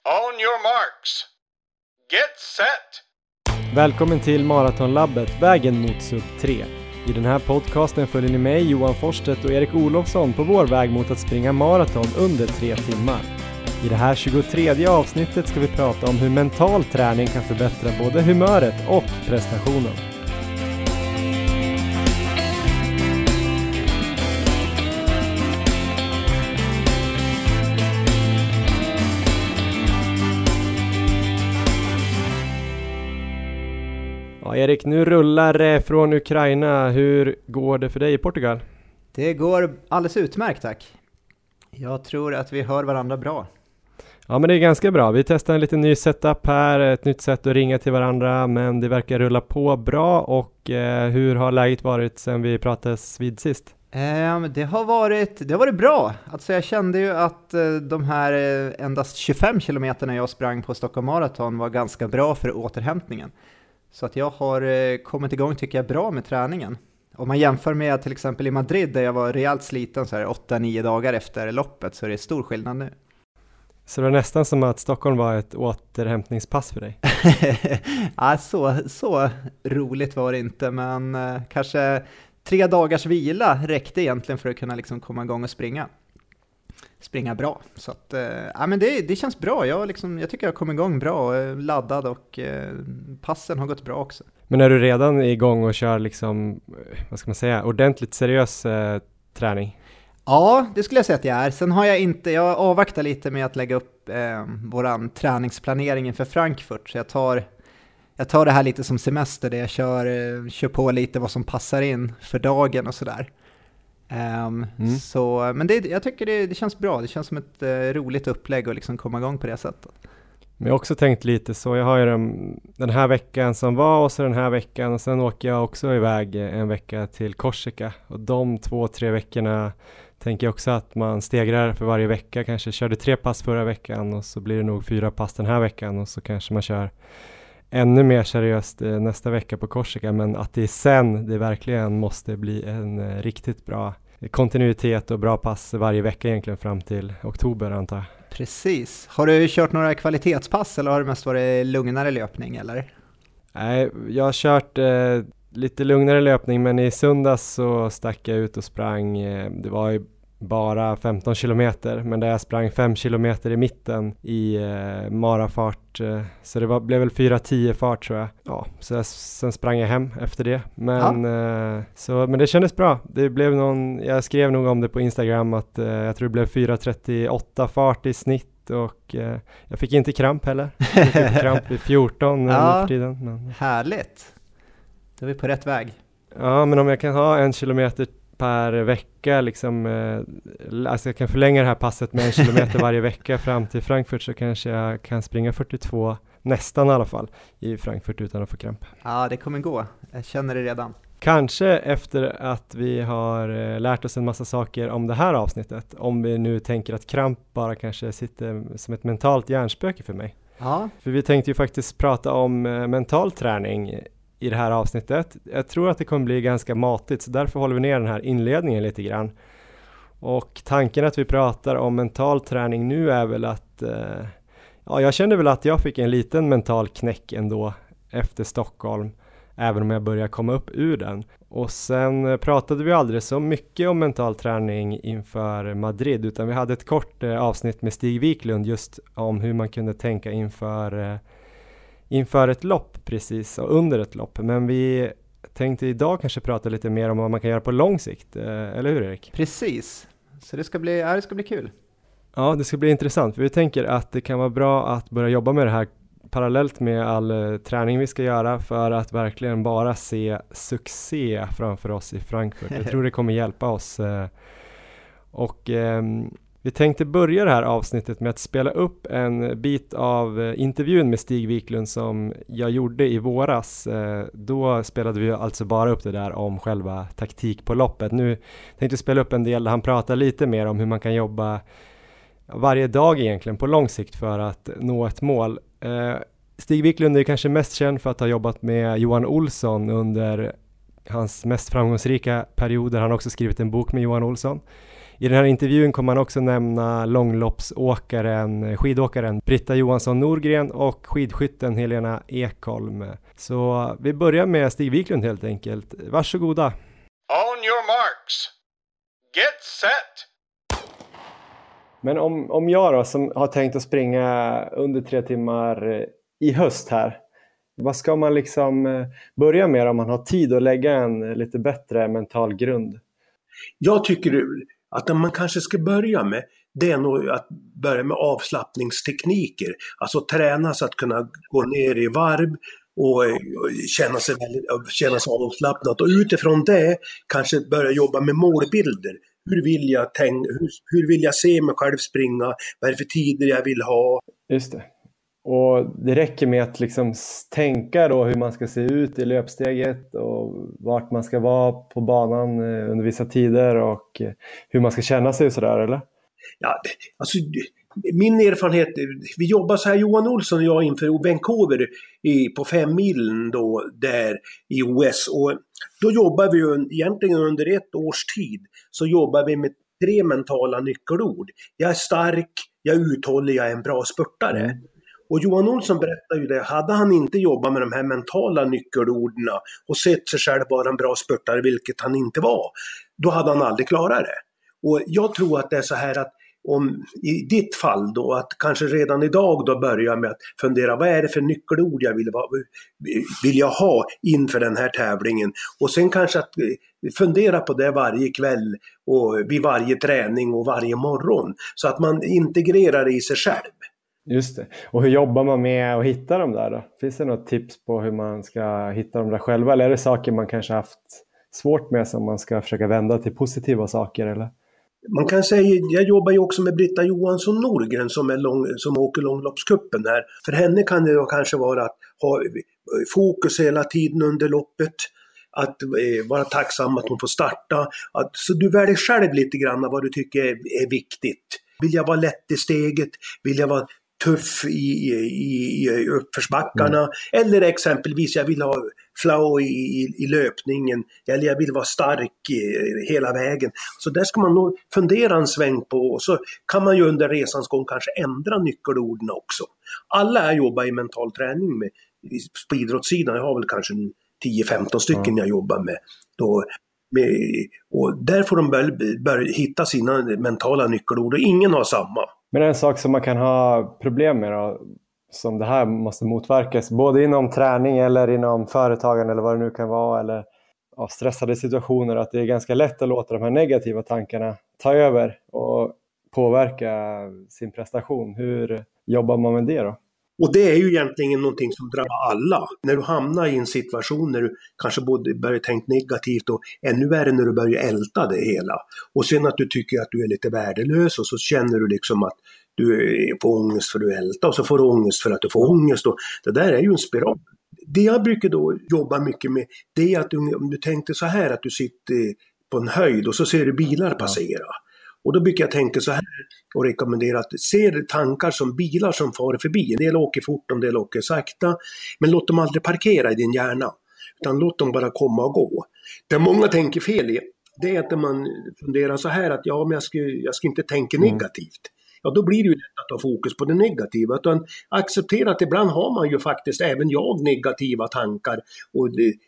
On your marks. Get set! Välkommen till Maratonlabbet, vägen mot sub 3. I den här podcasten följer ni mig, Johan Forstedt och Erik Olofsson på vår väg mot att springa maraton under 3 timmar. I det här 23:e avsnittet ska vi prata om hur mental träning kan förbättra både humöret och prestationen. Ja, Erik, nu rullar det från Ukraina. Hur går det för dig i Portugal? Det går alldeles utmärkt, tack. Jag tror att vi hör varandra bra. Ja, men det är ganska bra. Vi testar en lite ny setup här, ett nytt sätt att ringa till varandra, men det verkar rulla på bra. Och hur har läget varit sedan vi pratades vid sist? Det har varit bra. Alltså jag kände ju att de här endast 25 kilometerna jag sprang på Stockholm Marathon var ganska bra för återhämtningen. Så att jag har kommit igång, tycker jag, bra med träningen. Om man jämför med till exempel i Madrid där jag var rejält sliten så här 8-9 dagar efter loppet, så är det stor skillnad nu. Så det var nästan som att Stockholm var ett återhämtningspass för dig? Ja, så roligt var det inte, men kanske 3 dagars vila räckte egentligen för att kunna liksom komma igång och springa bra. Så att, men det känns bra. Jag tycker jag kom igång bra, laddad, och passen har gått bra också. Men är du redan igång och kör liksom, vad ska man säga, ordentligt seriös träning? Ja, det skulle jag säga att jag är. Sen har jag avvaktar lite med att lägga upp våran träningsplanering inför Frankfurt. Så jag tar det här lite som semester där jag kör på lite vad som passar in för dagen och sådär. Men jag tycker det känns bra. Det känns som ett roligt upplägg att liksom komma igång på det sättet. Men jag har också tänkt lite så. Jag har ju den här veckan som var och så den här veckan. Och sen åker jag också iväg en vecka till Korsika. Och de 2-3 veckorna tänker jag också att man stegrar för varje vecka. Kanske körde 3 pass förra veckan och så blir det nog 4 pass den här veckan. Och så kanske man kör ännu mer seriöst nästa vecka på Korsika. Men att det verkligen måste bli en riktigt bra kontinuitet och bra pass varje vecka egentligen fram till oktober, antar jag. Precis. Har du kört några kvalitetspass eller har det mest varit lugnare löpning, eller? Nej, jag har kört lite lugnare löpning, men i söndags så stack jag ut och sprang. Det var ju bara 15 kilometer, men där jag sprang 5 kilometer i mitten i marafart. Så det blev väl 4:10 fart, tror jag. Ja, så sen sprang jag hem efter det. Men det kändes bra. Jag skrev nog om det på Instagram att jag tror det blev 4:38 fart i snitt. Och jag fick inte kramp heller. Jag fick kramp vid 14 för tiden. Men... Härligt. Då är vi på rätt väg. Ja, men om jag kan ha 1 kilometer per vecka liksom, alltså jag kan förlänga det här passet med 1 kilometer varje vecka fram till Frankfurt, så kanske jag kan springa 42 nästan i alla fall i Frankfurt utan att få kramp. Ja, det kommer gå. Jag känner det redan. Kanske efter att vi har lärt oss en massa saker om det här avsnittet, om vi nu tänker att kramp bara kanske sitter som ett mentalt hjärnspöke för mig. Ja. För vi tänkte ju faktiskt prata om mental träning i det här avsnittet. Jag tror att det kommer bli ganska matigt, så därför håller vi ner den här inledningen lite grann. Och tanken att vi pratar om mental träning nu är väl att jag kände väl att jag fick en liten mental knäck ändå efter Stockholm, även om jag börjar komma upp ur den. Och sen pratade vi aldrig så mycket om mental träning inför Madrid, utan vi hade ett kort avsnitt med Stig Wiklund just om hur man kunde tänka inför ett lopp precis, och under ett lopp. Men vi tänkte idag kanske prata lite mer om vad man kan göra på lång sikt, eller hur, Erik? Precis, så det ska bli kul. Ja, det ska bli intressant, för vi tänker att det kan vara bra att börja jobba med det här parallellt med all träning vi ska göra, för att verkligen bara se succé framför oss i Frankfurt. Jag tror det kommer hjälpa oss. Vi tänkte börja det här avsnittet med att spela upp en bit av intervjun med Stig Wiklund som jag gjorde i våras. Då spelade vi alltså bara upp det där om själva taktik på loppet. Nu tänkte jag spela upp en del där han pratar lite mer om hur man kan jobba varje dag egentligen på lång sikt för att nå ett mål. Stig Wiklund är kanske mest känd för att ha jobbat med Johan Olsson under hans mest framgångsrika perioder. Han har också skrivit en bok med Johan Olsson. I den här intervjun kommer man också nämna skidåkaren Britta Johansson Norgren och skidskytten Helena Ekholm. Så vi börjar med Stig Wiklund helt enkelt. Varsågoda. On your marks. Get set! Men om jag då, som har tänkt att springa under 3 timmar i höst här, vad ska man liksom börja med om man har tid att lägga en lite bättre mental grund? Jag tycker att man kanske ska börja med, det är nog att börja med avslappningstekniker. Alltså träna så att kunna gå ner i varv och känna sig avslappnat. Och utifrån det kanske börja jobba med målbilder. Hur vill jag se mig själv springa? Vad är det för tider jag vill ha? Just det. Och det räcker med att liksom tänka då hur man ska se ut i löpsteget och vart man ska vara på banan under vissa tider och hur man ska känna sig och sådär, eller? Ja, alltså min erfarenhet, vi jobbar så här, Johan Olsson och jag inför Vancouver på 5 milen då där i OS, och då jobbar vi egentligen under 1 års tid så jobbar vi med 3 mentala nyckelord. Jag är stark, jag är uthållig, jag är en bra spurtare. Och Johan Olsson berättar ju det, hade han inte jobbat med de här mentala nyckelorden och sett sig själv vara en bra spurtare, vilket han inte var, då hade han aldrig klarat det. Och jag tror att det är så här att om i ditt fall då, att kanske redan idag då börja med att fundera, vad är det för nyckelord jag vill jag ha inför den här tävlingen, och sen kanske att fundera på det varje kväll och vid varje träning och varje morgon, så att man integrerar det i sig själv. Just det. Och hur jobbar man med att hitta dem där då? Finns det något tips på hur man ska hitta dem där själva, eller är det saker man kanske haft svårt med som man ska försöka vända till positiva saker, eller? Man kan säga, jag jobbar ju också med Britta Johansson Norgren som åker långloppskuppen här. För henne kan det kanske vara att ha fokus hela tiden under loppet, att vara tacksam att hon får starta. Så du väljer själv lite grann vad du tycker är viktigt. Vill jag vara lätt i steget? Vill jag vara tuff i uppförsbackarna? Eller exempelvis jag vill ha flow i löpningen, eller jag vill vara stark hela vägen. Så där ska man nog fundera en sväng på, och så kan man ju under resans gång kanske ändra nyckelorden också. Alla jobbar i mental träning på idrottssidan. Jag har väl kanske 10-15 stycken jag jobbar med. Och där får de börja hitta sina mentala nyckelord, och ingen har samma. Men en sak som man kan ha problem med då, som det här måste motverkas, både inom träning eller inom företagen eller vad det nu kan vara, eller stressade situationer, att det är ganska lätt att låta de här negativa tankarna ta över och påverka sin prestation. Hur jobbar man med det då? Och det är ju egentligen någonting som drabbar alla. När du hamnar i en situation när du kanske både börjar tänka negativt och ännu värre när du börjar älta det hela. Och sen att du tycker att du är lite värdelös, och så känner du liksom att du får ångest för att du ältar, och så får du ångest för att du får ångest. Och det där är ju en spiral. Det jag brukar då jobba mycket med, det är att om du tänkte så här att du sitter på en höjd och så ser du bilar passera. Och då brukar jag tänka så här och rekommendera att se tankar som bilar som far förbi. En del åker fort, en del åker sakta. Men låt dem aldrig parkera i din hjärna. Utan låt dem bara komma och gå. Det många tänker fel i, det är att man funderar så här att men jag ska inte tänka negativt. Ja, då blir det ju lätt att ha fokus på det negativa. Utan acceptera att ibland har man ju faktiskt, även jag, negativa tankar och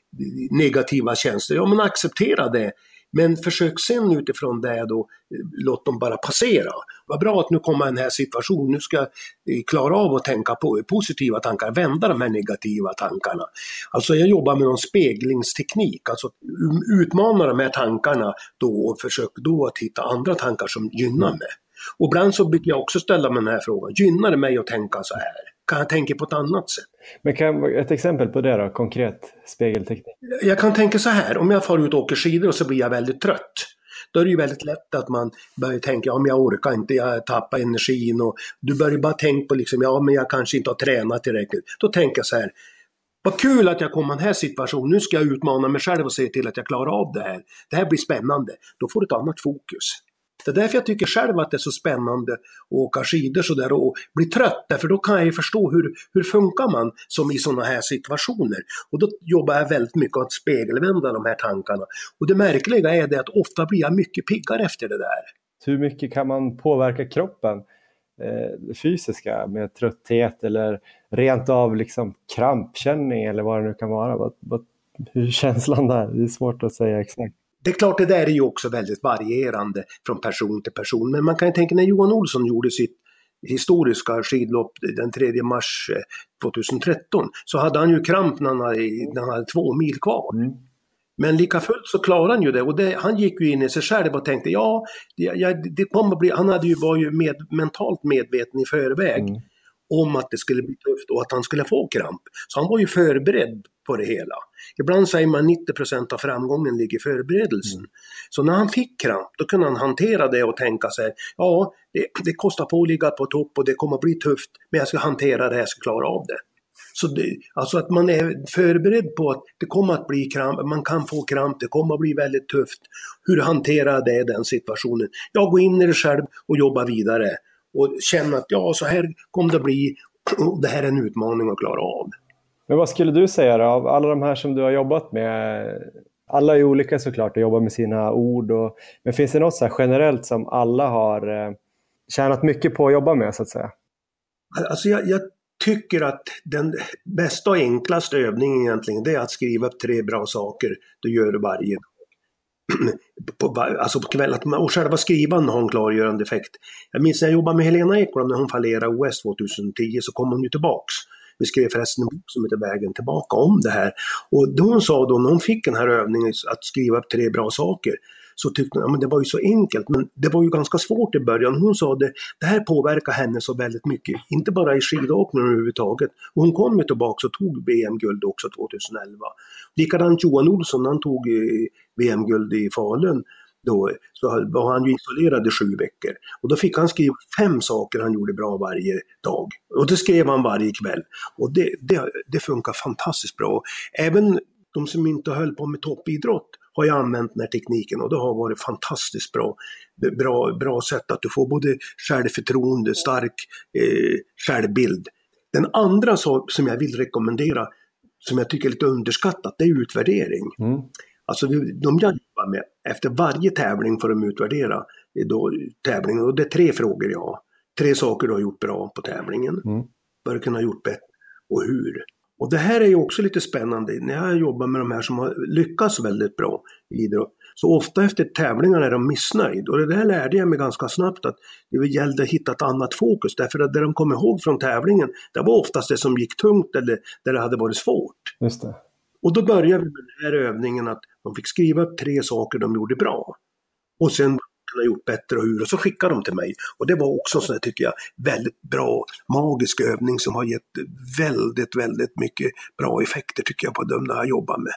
negativa känslor. Ja, men acceptera det. Men försök sen utifrån det då, låt dem bara passera. Vad bra att nu kommer den här situationen, nu ska jag klara av att tänka på positiva tankar, vända de här negativa tankarna. Alltså jag jobbar med någon speglingsteknik, alltså utmana de här tankarna då och försök då att hitta andra tankar som gynnar mig. Och ibland så brukar jag också ställa mig den här frågan, gynnar det mig att tänka så här? Kan jag tänka på ett annat sätt? Men kan ett exempel på det då, konkret spegelteknik? Jag kan tänka så här, om jag far ut och åker skidor och så blir jag väldigt trött. Då är det ju väldigt lätt att man börjar tänka, om jag orkar inte, jag tappar energin. Och du börjar bara tänka på liksom, men jag kanske inte har tränat tillräckligt. Då tänker jag så här, vad kul att jag kommer i den här situationen, nu ska jag utmana mig själv och se till att jag klarar av det här. Det här blir spännande, då får du ett annat fokus. Det är därför jag tycker själv att det är så spännande att åka skidor så där och bli trött. Därför då kan jag ju förstå hur funkar man som i sådana här situationer. Och då jobbar jag väldigt mycket att spegelvända de här tankarna. Och det märkliga är det att ofta blir jag mycket piggare efter det där. hur mycket kan man påverka kroppen fysiska med trötthet eller rent av liksom krampkänning eller vad det nu kan vara? Hur är känslan där? Det är svårt att säga exakt. Det är klart, det där är ju också väldigt varierande från person till person. Men man kan ju tänka när Johan Olsson gjorde sitt historiska skidlopp den 3 mars 2013 så hade han ju kramp när han hade 2 mil kvar. Mm. Men lika fullt så klarade han ju det och han gick ju in i sig själv och tänkte det kommer bli, han var ju mentalt medveten i förväg om att det skulle bli tufft och att han skulle få kramp. Så han var ju förberedd på det hela. Ibland säger man 90% av framgången ligger i förberedelsen. Så när han fick kramp då kunde han hantera det och tänka sig det kostar på att ligga på topp och det kommer att bli tufft men jag ska hantera det, jag ska klara av det. Så alltså att man är förberedd på att det kommer att bli kramp, man kan få kramp, det kommer att bli väldigt tufft. Hur hanterar det den situationen? Jag går in i det själv och jobbar vidare och känner att så här kommer det bli och det här är en utmaning att klara av. Men vad skulle du säga då, av alla de här som du har jobbat med? Alla är olika såklart och jobbar med sina ord. Men finns det något så här generellt som alla har tjänat mycket på att jobba med så att säga? Alltså jag tycker att den bästa och enklaste övningen egentligen det är att skriva upp 3 bra saker du gör varje alltså på kvällen. Och själva skrivan har en klargörande effekt. Jag minns när jag jobbade med Helena Ekblom när hon fallerade OS 2010 så kom hon ju tillbaks. Vi skrev förresten en bok som heter Vägen tillbaka om det här. Och då hon sa då när hon fick den här övningen att skriva upp 3 bra saker så tyckte hon att det var ju så enkelt men det var ju ganska svårt i början. Hon sa det här påverkar henne så väldigt mycket. Inte bara i skidåkningen överhuvudtaget. Och hon kom ju tillbaka och tog VM-guld också 2011. Likadant Johan Olsson han tog VM-guld i Falun. Då så var han ju isolerad i 7 veckor. Och då fick han skriva 5 saker han gjorde bra varje dag. Och det skrev han varje kväll. Och det funkar fantastiskt bra. Även de som inte höll på med toppidrott har jag använt den här tekniken och det har varit fantastiskt bra sätt att du får både självförtroende, stark självbild. Den andra sak som jag vill rekommendera som jag tycker är lite underskattat det är utvärdering. Alltså de jag jobbar med efter varje tävling får de utvärdera tävlingen och det är 3 frågor jag har. 3 saker du har gjort bra på tävlingen. Vad du kunde ha gjort bättre och hur. Och det här är ju också lite spännande när jag jobbar med de här som har lyckats väldigt bra i idrott. Så ofta efter tävlingar är de missnöjd. Och det där lärde jag mig ganska snabbt att det gällde att hitta ett annat fokus. Därför att det de kom ihåg från tävlingen det var oftast det som gick tungt eller där det hade varit svårt. Just det. Och då började vi med den här övningen att de fick skriva upp 3 saker de gjorde bra. Och sen kunde ha gjort bättre och hur. Och så skickade de till mig. Och det var också en sån här, tycker jag, väldigt bra magisk övning som har gett väldigt, väldigt mycket bra effekter tycker jag på de där jag jobbar med.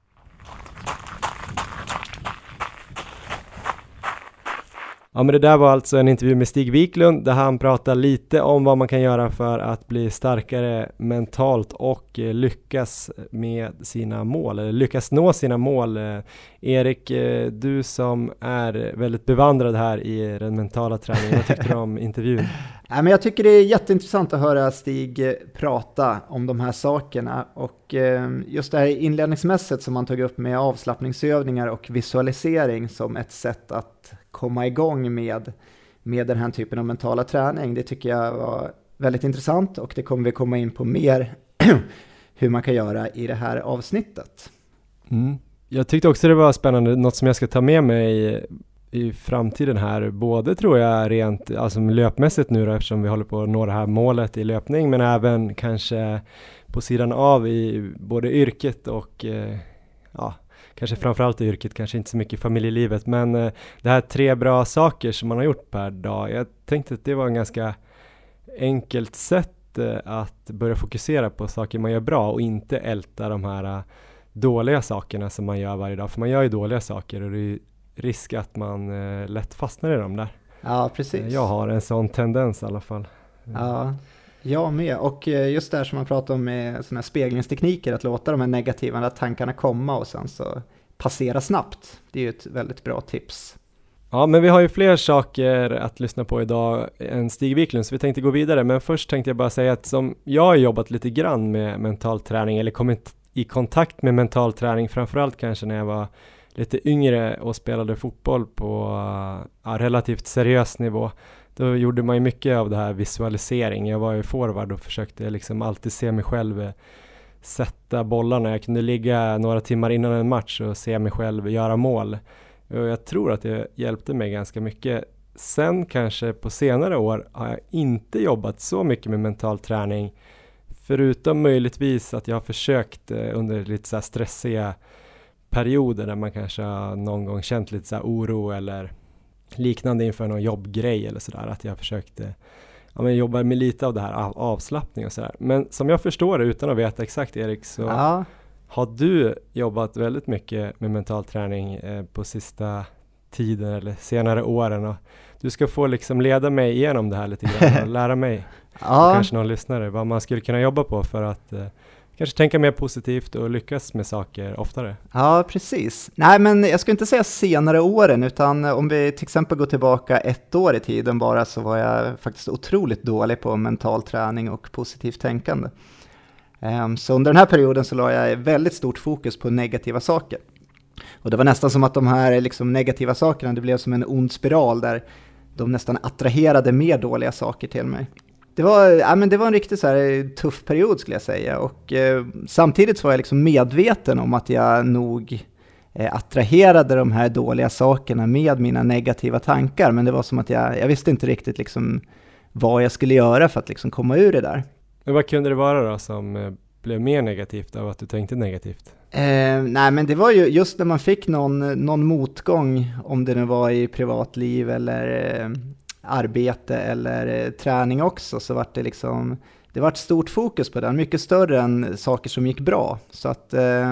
Ja, men det där var alltså en intervju med Stig Wiklund där han pratar lite om vad man kan göra för att bli starkare mentalt och lyckas med sina mål, eller lyckas nå sina mål. Erik, du som är väldigt bevandrad här i den mentala träningen, vad tyckte du om intervjun? Men jag tycker det är jätteintressant att höra Stig prata om de här sakerna och just det här inledningsmässigt som man tog upp med avslappningsövningar och visualisering som ett sätt att komma igång med den här typen av mentala träning. Det tycker jag var väldigt intressant och det kommer vi komma in på mer hur man kan göra i det här avsnittet. Jag tyckte också det var spännande, något som jag ska ta med mig i framtiden här, både tror jag rent alltså löpmässigt nu då, eftersom vi håller på att nå det här målet i löpning, men även kanske på sidan av i både yrket och kanske framförallt i yrket, kanske inte så mycket i familjelivet, men det här 3 bra saker som man har gjort per dag, jag tänkte att det var en ganska enkelt sätt att börja fokusera på saker man gör bra och inte älta de här dåliga sakerna som man gör varje dag, för man gör ju dåliga saker och det är risk att man lätt fastnar i dem där. Ja, precis. Jag har en sån tendens i alla fall. Ja, jag med. Och just det här som man pratar om med såna här speglingstekniker, att låta de här negativa tankarna komma och sen så passera snabbt. Det är ju ett väldigt bra tips. Ja, men vi har ju fler saker att lyssna på idag än Stig Wiklund, så vi tänkte gå vidare. Men först tänkte jag bara säga att som jag har jobbat lite grann med mental träning, eller kommit i kontakt med mental träning, framförallt kanske när jag var lite yngre och spelade fotboll på relativt seriös nivå, då gjorde man ju mycket av det här visualisering. Jag var ju forward och försökte liksom alltid se mig själv sätta bollarna. Jag kunde ligga några timmar innan en match och se mig själv göra mål. Och jag tror att det hjälpte mig ganska mycket. Sen kanske på senare år har jag inte jobbat så mycket med mental träning. Förutom möjligtvis att jag har försökt under lite så här stressiga perioder där man kanske har någon gång känt lite så här oro eller liknande inför någon jobbgrej eller sådär. Att jag försökte jobba med lite av det här avslappning och sådär. Men som jag förstår det, utan att veta exakt Erik, så har du jobbat väldigt mycket med mental träning på sista tiden eller senare åren. Och du ska få liksom leda mig igenom det här lite grann och lära mig och kanske någon lyssnare vad man skulle kunna jobba på för att kanske tänka mer positivt och lyckas med saker oftare. Ja, precis. Nej, men jag ska inte säga senare åren, utan om vi till exempel går tillbaka 1 år i tiden bara, så var jag faktiskt otroligt dålig på mental träning och positivt tänkande. Så under den här perioden så la jag väldigt stort fokus på negativa saker. Och det var nästan som att de här liksom negativa sakerna, det blev som en ond spiral där de nästan attraherade mer dåliga saker till mig. Det var en riktigt så här tuff period skulle jag säga, och samtidigt var jag liksom medveten om att jag nog attraherade de här dåliga sakerna med mina negativa tankar, men det var som att jag visste inte riktigt liksom vad jag skulle göra för att liksom komma ur det där. Men vad kunde det vara då som blev mer negativt av att du tänkte negativt? Nej, men det var ju just när man fick någon motgång, om det nu var i privatliv eller arbete eller träning också, så var det liksom, det var ett stort fokus på den, mycket större än saker som gick bra. Så att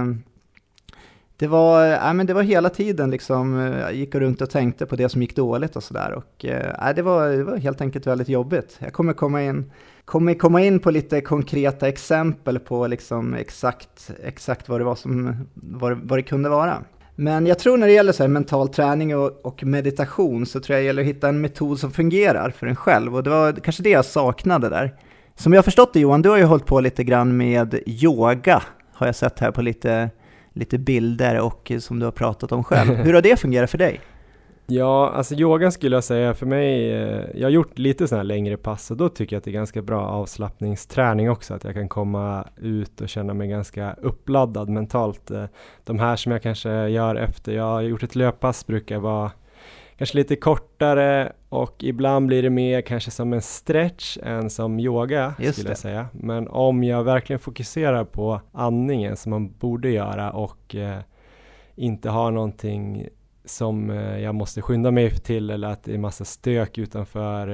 det var hela tiden liksom, jag gick runt och tänkte på det som gick dåligt och sådär, och det var helt enkelt väldigt jobbigt. Jag kommer komma in på lite konkreta exempel på liksom exakt vad det var vad det kunde vara. Men jag tror när det gäller så här mental träning och meditation, så tror jag det gäller att hitta en metod som fungerar för en själv. Och det var kanske det jag saknade där. Som jag har förstått det, Johan, du har ju hållit på lite grann med yoga, har jag sett här på lite bilder och som du har pratat om själv. Hur har det fungerat för dig? Ja, alltså yogan skulle jag säga för mig, jag har gjort lite sådana här längre pass och då tycker jag att det är ganska bra avslappningsträning också, att jag kan komma ut och känna mig ganska uppladdad mentalt. De här som jag kanske gör efter jag har gjort ett löppass brukar vara kanske lite kortare och ibland blir det mer kanske som en stretch än som yoga skulle jag säga. Men om jag verkligen fokuserar på andningen som man borde göra och inte har någonting som jag måste skynda mig till, eller att det är massa stök utanför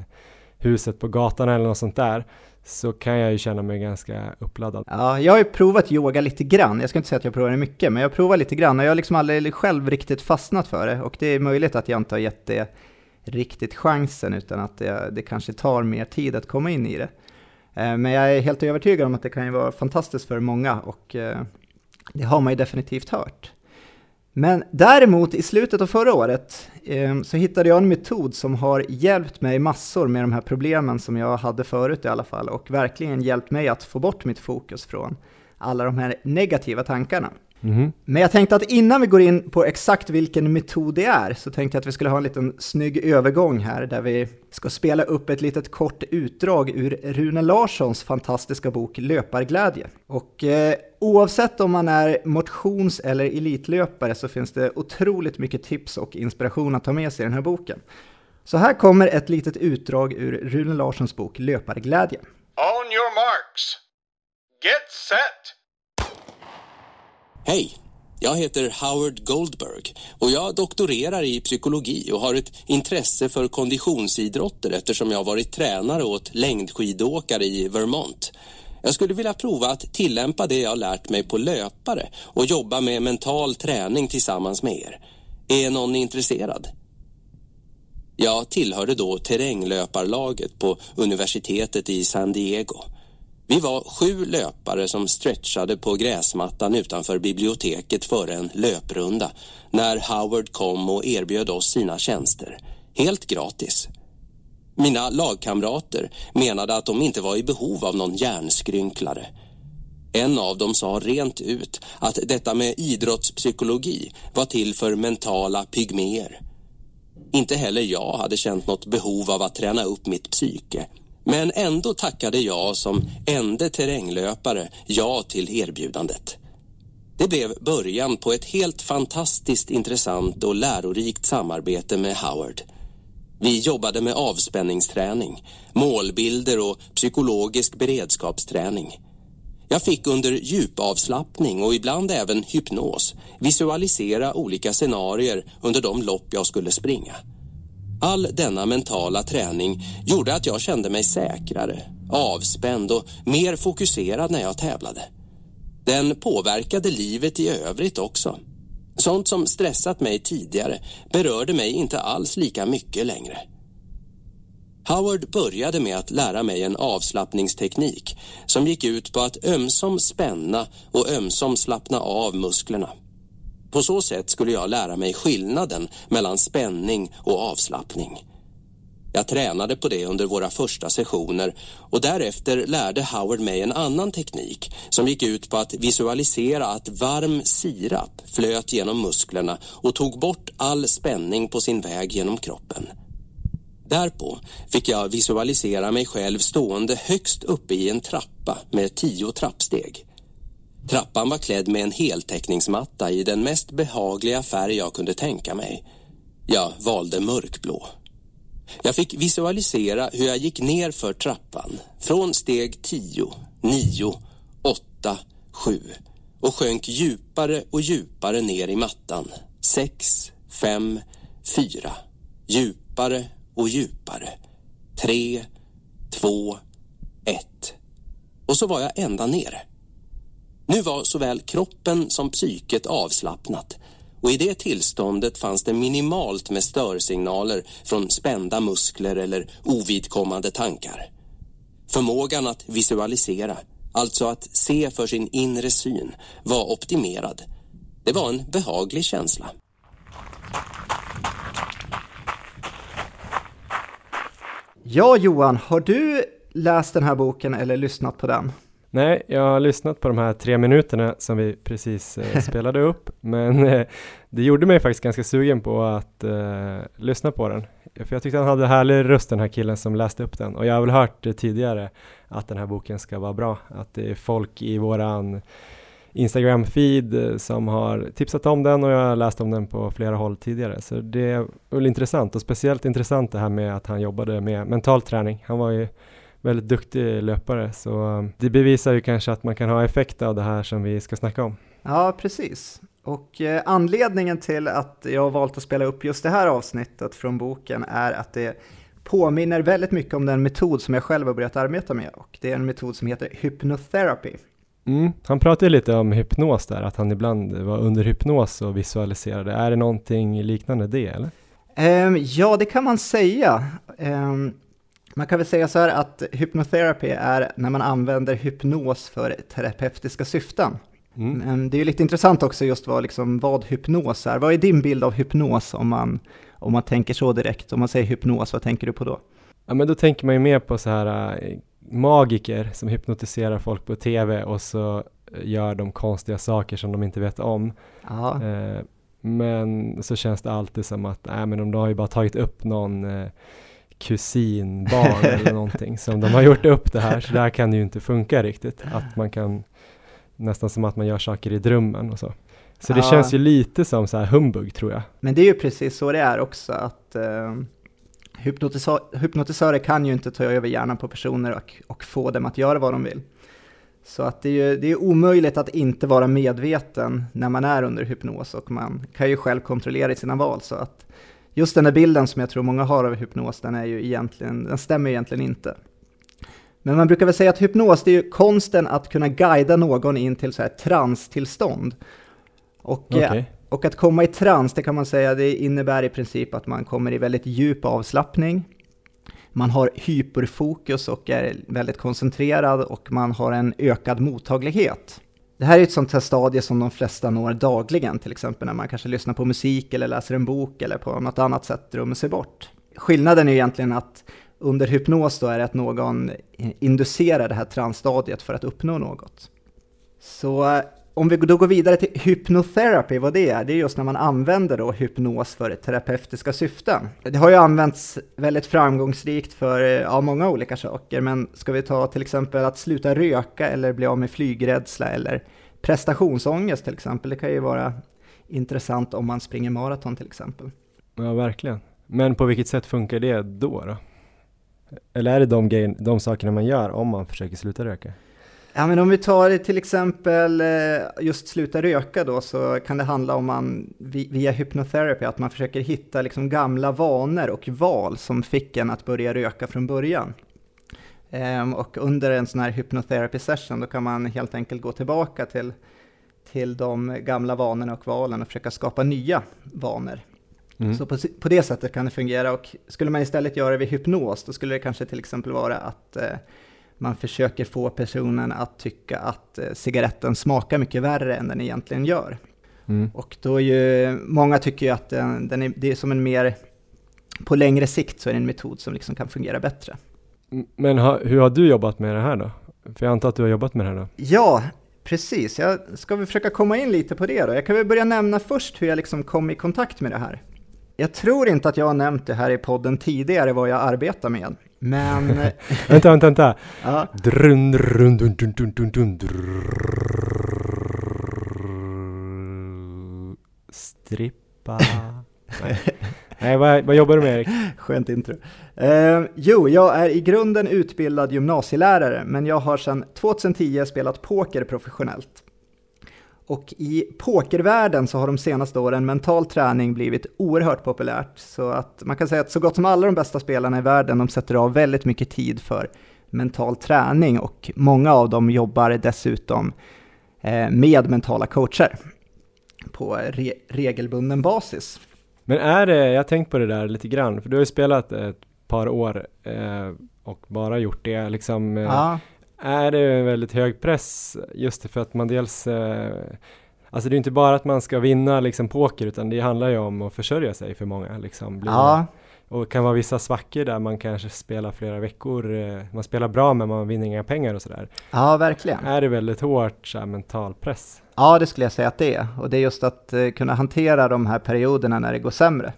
huset på gatan eller något sånt där, så kan jag ju känna mig ganska uppladdad. Ja, jag har ju provat yoga lite grann. Jag ska inte säga att jag provar det mycket, men jag provar lite grann och jag har liksom aldrig själv riktigt fastnat för det, och det är möjligt att jag inte har gett det riktigt chansen, utan att det kanske tar mer tid att komma in i det. Men jag är helt övertygad om att det kan ju vara fantastiskt för många, och det har man ju definitivt hört. Men däremot i slutet av förra året så hittade jag en metod som har hjälpt mig massor med de här problemen som jag hade förut i alla fall, och verkligen hjälpt mig att få bort mitt fokus från alla de här negativa tankarna. Mm. Men jag tänkte att innan vi går in på exakt vilken metod det är, så tänkte jag att vi skulle ha en liten snygg övergång här där vi ska spela upp ett litet kort utdrag ur Rune Larssons fantastiska bok Löparglädje. Och oavsett om man är motions- eller elitlöpare så finns det otroligt mycket tips och inspiration att ta med sig i den här boken. Så här kommer ett litet utdrag ur Rune Larssons bok Löparglädje. On your marks. Get set! Hej, jag heter Howard Goldberg och jag doktorerar i psykologi och har ett intresse för konditionsidrotter eftersom jag har varit tränare åt längdskidåkare i Vermont. Jag skulle vilja prova att tillämpa det jag lärt mig på löpare och jobba med mental träning tillsammans med er. Är någon intresserad? Jag tillhörde då terränglöparlaget på universitetet i San Diego. Vi var 7 löpare som stretchade på gräsmattan utanför biblioteket före en löprunda när Howard kom och erbjöd oss sina tjänster. Helt gratis. Mina lagkamrater menade att de inte var i behov av någon hjärnskrynklare. En av dem sa rent ut att detta med idrottspsykologi var till för mentala pygméer. Inte heller jag hade känt något behov av att träna upp mitt psyke. Men ändå tackade jag som enda terränglöpare ja till erbjudandet. Det blev början på ett helt fantastiskt intressant och lärorikt samarbete med Howard. Vi jobbade med avspänningsträning, målbilder och psykologisk beredskapsträning. Jag fick under djupavslappning och ibland även hypnos visualisera olika scenarier under de lopp jag skulle springa. All denna mentala träning gjorde att jag kände mig säkrare, avspänd och mer fokuserad när jag tävlade. Den påverkade livet i övrigt också. Sånt som stressat mig tidigare berörde mig inte alls lika mycket längre. Howard började med att lära mig en avslappningsteknik som gick ut på att ömsom spänna och ömsom slappna av musklerna. På så sätt skulle jag lära mig skillnaden mellan spänning och avslappning. Jag tränade på det under våra första sessioner och därefter lärde Howard mig en annan teknik som gick ut på att visualisera att varm sirap flöt genom musklerna och tog bort all spänning på sin väg genom kroppen. Därpå fick jag visualisera mig själv stående högst uppe i en trappa med 10 trappsteg. Trappan var klädd med en heltäckningsmatta i den mest behagliga färg jag kunde tänka mig. Jag valde mörkblå. Jag fick visualisera hur jag gick ner för trappan från steg 10, 9, 8, 7 och sjönk djupare och djupare ner i mattan. 6, 5, 4. Djupare och djupare. 3, 2, 1. Och så var jag ända nere. Nu var såväl kroppen som psyket avslappnat. Och i det tillståndet fanns det minimalt med störsignaler från spända muskler eller ovidkommande tankar. Förmågan att visualisera, alltså att se för sin inre syn, var optimerad. Det var en behaglig känsla. Ja, Johan, har du läst den här boken eller lyssnat på den? Nej, jag har lyssnat på de här 3 minuterna som vi precis spelade upp, men det gjorde mig faktiskt ganska sugen på att lyssna på den. För jag tyckte han hade härlig röst, den här killen som läste upp den. Och jag har väl hört tidigare att den här boken ska vara bra. Att det är folk i våran Instagram-feed som har tipsat om den och jag har läst om den på flera håll tidigare. Så det är väl intressant, och speciellt intressant det här med att han jobbade med mental träning. Han var ju väldigt duktig löpare, så det bevisar ju kanske att man kan ha effekt av det här som vi ska snacka om. Ja, precis. Och anledningen till att jag har valt att spela upp just det här avsnittet från boken är att det påminner väldigt mycket om den metod som jag själv har börjat arbeta med, och det är en metod som heter hypnotherapy. Han pratade lite om hypnos där, att han ibland var under hypnos och visualiserade. Är det någonting liknande det, eller? Ja, det kan man säga. Man kan väl säga så här att hypnotherapy är när man använder hypnos för terapeutiska syften. Men det är ju lite intressant också just vad hypnos är. Vad är din bild av hypnos om man tänker så direkt? Om man säger hypnos, vad tänker du på då? Ja, men då tänker man ju mer på så här magiker som hypnotiserar folk på tv och så gör de konstiga saker som de inte vet om. Ja. Men så känns det alltid som att men de har ju bara tagit upp någon kusinbarn eller någonting som de har gjort upp det här, så där kan det ju inte funka riktigt, att man kan nästan som att man gör saker i drömmen och så. Så det känns ju lite som så här humbug, tror jag. Men det är ju precis så det är också, att hypnotisörer kan ju inte ta över hjärnan på personer och få dem att göra vad de vill. Så att det är omöjligt att inte vara medveten när man är under hypnos, och man kan ju själv kontrollera sina val. Så att just den här bilden som jag tror många har av hypnos, den stämmer egentligen inte. Men man brukar väl säga att hypnos, det är ju konsten att kunna guida någon in till så här transtillstånd. Och att komma i trans, det kan man säga, det innebär i princip att man kommer i väldigt djup avslappning. Man har hyperfokus och är väldigt koncentrerad, och man har en ökad mottaglighet. Det här är ett sånt här stadie som de flesta når dagligen, till exempel när man kanske lyssnar på musik eller läser en bok eller på något annat sätt drömmer sig bort. Skillnaden är egentligen att under hypnos då är det att någon inducerar det här transstadiet för att uppnå något. Så om vi då går vidare till hypnotherapy, vad det är just när man använder då hypnos för terapeutiska syften. Det har ju använts väldigt framgångsrikt för många olika saker, men ska vi ta till exempel att sluta röka eller bli av med flygrädsla eller prestationsångest till exempel. Det kan ju vara intressant om man springer maraton till exempel. Ja, verkligen. Men på vilket sätt funkar det då? Eller är det de sakerna man gör om man försöker sluta röka? Ja, men om vi tar till exempel just sluta röka då, så kan det handla om via hypnotherapy att man försöker hitta liksom gamla vanor och val som fick en att börja röka från början. Och under en sån här hypnotherapy session då kan man helt enkelt gå tillbaka till de gamla vanorna och valen och försöka skapa nya vanor. Så på det sättet kan det fungera, och skulle man istället göra det vid hypnos då skulle det kanske till exempel vara att man försöker få personen att tycka att cigaretten smakar mycket värre än den egentligen gör. Och då många tycker ju att det är som en mer, på längre sikt så är det en metod som liksom kan fungera bättre. Men hur har du jobbat med det här då? För jag antar att du har jobbat med det här då? Ja, precis. Jag ska väl försöka komma in lite på det då. Jag kan väl börja nämna först hur jag liksom kom i kontakt med det här. Jag tror inte att jag har nämnt det här i podden tidigare vad jag arbetar med. Men... vänta. Ja. Strippa. Nej, vad jobbar du med, Erik? Skönt intro. Jag är i grunden utbildad gymnasielärare, men jag har sedan 2010 spelat poker professionellt. Och i pokervärlden så har de senaste åren mental träning blivit oerhört populärt. Så att man kan säga att så gott som alla de bästa spelarna i världen, de sätter av väldigt mycket tid för mental träning, och många av dem jobbar dessutom med mentala coacher på regelbunden basis. Men jag har tänkt på det där lite grann, för du har ju spelat ett par år och bara gjort det liksom... Är det en väldigt hög press just för att man dels... alltså det är inte bara att man ska vinna liksom poker, utan det handlar ju om att försörja sig för många. Liksom, och det kan vara vissa svackor där man kanske spelar flera veckor. Man spelar bra men man vinner inga pengar och sådär. Ja, verkligen. Är det väldigt hårt så här, mental press? Ja, det skulle jag säga att det är. Och det är just att kunna hantera de här perioderna när det går sämre.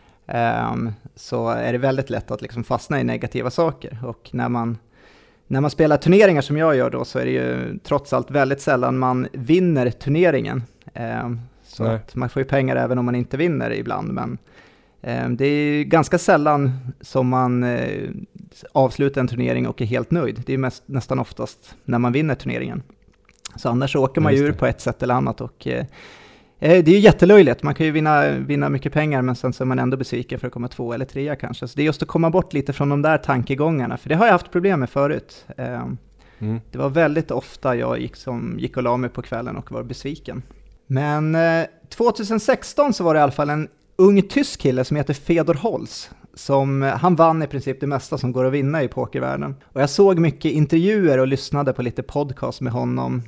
Så är det väldigt lätt att liksom fastna i negativa saker. Och när man spelar turneringar som jag gör då, så är det ju trots allt väldigt sällan man vinner turneringen. Så att man får ju pengar även om man inte vinner ibland. Men det är ganska sällan som man avslutar en turnering och är helt nöjd. Det är nästan oftast när man vinner turneringen. Så annars åker man ju ur på ett sätt eller annat. Och det är ju jättelöjligt. Man kan ju vinna mycket pengar, men sen så är man ändå besviken för att komma 2 eller 3 kanske. Så det är just att komma bort lite från de där tankegångarna. För det har jag haft problem med förut. Det var väldigt ofta jag gick och la mig på kvällen och var besviken. Men 2016 så var det i alla fall en ung tysk kille som heter Fedor Holz. Han vann i princip det mesta som går att vinna i pokervärlden. Och jag såg mycket intervjuer och lyssnade på lite podcast med honom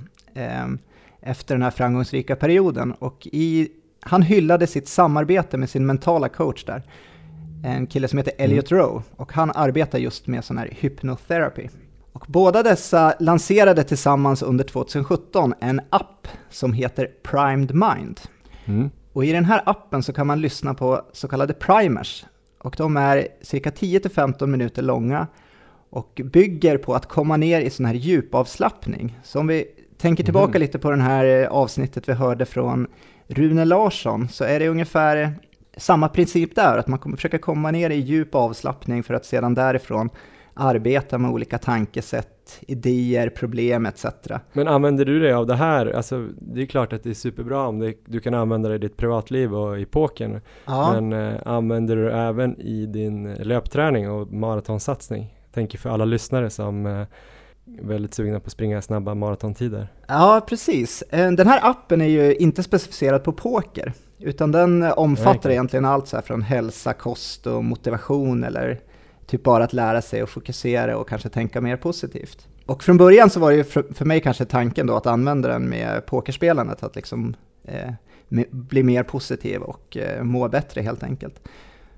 efter den här framgångsrika perioden. Och han hyllade sitt samarbete med sin mentala coach där. En kille som heter Elliot Rowe. Och han arbetar just med sån här hypnotherapy. Och båda dessa lanserade tillsammans under 2017 en app som heter Primed Mind. Och i den här appen så kan man lyssna på så kallade primers. Och de är cirka 10-15 minuter långa och bygger på att komma ner i sån här djupavslappning. Så om vi tänker tillbaka lite på den här avsnittet vi hörde från Rune Larsson, så är det ungefär samma princip där. Att man kommer försöka komma ner i djup avslappning för att sedan därifrån arbeta med olika tankesätt, idéer, problem etc. Men använder du dig av det här? Alltså, det är klart att det är superbra om du kan använda det i ditt privatliv och i pokern. Ja. Men använder du även i din löpträning och maratonsatsning? Jag tänker för alla lyssnare som är väldigt sugna på att springa snabba maratontider. Ja, precis. Den här appen är ju inte specificerad på poker, utan den omfattar egentligen allt så här från hälsa, kost och motivation, eller typ bara att lära sig och fokusera och kanske tänka mer positivt. Och från början så var det ju för mig kanske tanken då att använda den med pokerspelandet, att liksom bli mer positiv och må bättre helt enkelt.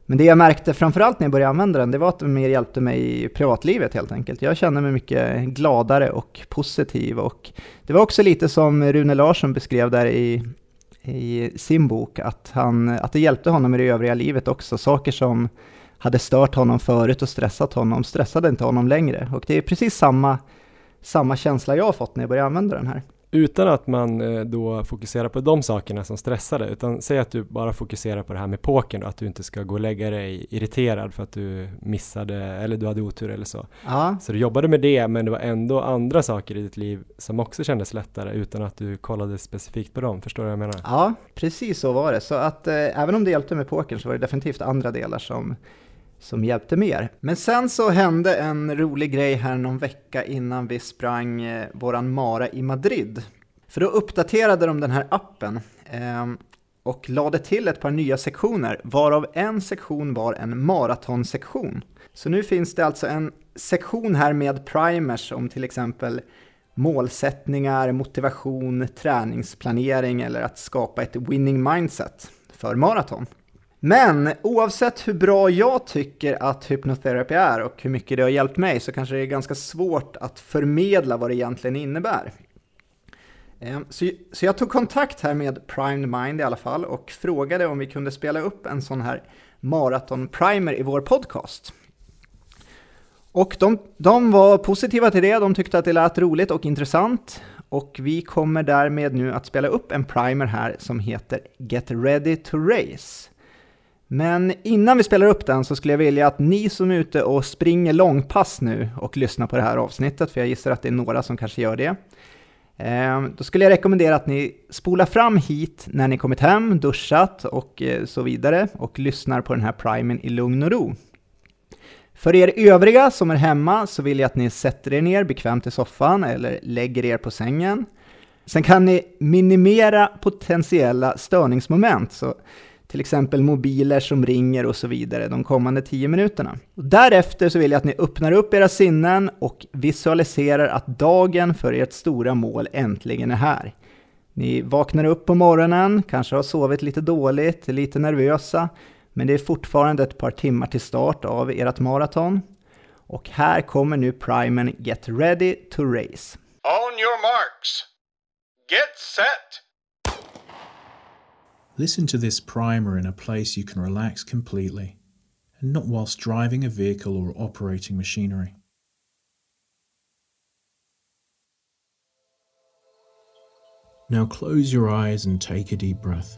Men det jag märkte framförallt när jag började använda den, det var att den mer hjälpte mig i privatlivet helt enkelt. Jag kände mig mycket gladare och positiv, och det var också lite som Rune Larsson beskrev där i sin bok, att det hjälpte honom i det övriga livet också. Saker som hade stört honom förut och stressat honom stressade inte honom längre. Och det är precis samma känsla jag har fått när jag började använda den här. Utan att man då fokuserar på de sakerna som stressade, utan säg att du bara fokuserar på det här med pokern då, att du inte ska gå och lägga dig irriterad för att du missade eller du hade otur eller så. Ja. Så du jobbade med det, men det var ändå andra saker i ditt liv som också kändes lättare utan att du kollade specifikt på dem. Förstår du vad jag menar? Ja, precis så var det. Så att även om det hjälpte med pokern så var det definitivt andra delar som hjälpte mer. Men sen så hände en rolig grej här någon vecka innan vi sprang våran mara i Madrid. För då uppdaterade de den här appen och lade till ett par nya sektioner, varav en sektion var en maratonsektion. Så nu finns det alltså en sektion här med primers om till exempel målsättningar, motivation, träningsplanering eller att skapa ett winning mindset för maraton. Men oavsett hur bra jag tycker att hypnoterapi är och hur mycket det har hjälpt mig, så kanske det är ganska svårt att förmedla vad det egentligen innebär. Så jag tog kontakt här med Primed Mind i alla fall och frågade om vi kunde spela upp en sån här maraton-primer i vår podcast. Och de var positiva till det, de tyckte att det lät roligt och intressant. Och vi kommer därmed nu att spela upp en primer här som heter Get Ready to Race. Men innan vi spelar upp den så skulle jag vilja att ni som är ute och springer långpass nu och lyssnar på det här avsnittet, för jag gissar att det är några som kanske gör det. Då skulle jag rekommendera att ni spolar fram hit när ni kommit hem, duschat och så vidare och lyssnar på den här primern i lugn och ro. För er övriga som är hemma så vill jag att ni sätter er ner bekvämt i soffan eller lägger er på sängen. Sen kan ni minimera potentiella störningsmoment, så till exempel mobiler som ringer och så vidare de kommande 10 minuterna. Och därefter så vill jag att ni öppnar upp era sinnen och visualiserar att dagen för ert stora mål äntligen är här. Ni vaknar upp på morgonen, kanske har sovit lite dåligt, lite nervösa, men det är fortfarande ett par timmar till start av ert maraton. Och här kommer nu primern Get Ready to Race. On your marks. Get set. Listen to this primer in a place you can relax completely, and not whilst driving a vehicle or operating machinery. Now close your eyes and take a deep breath.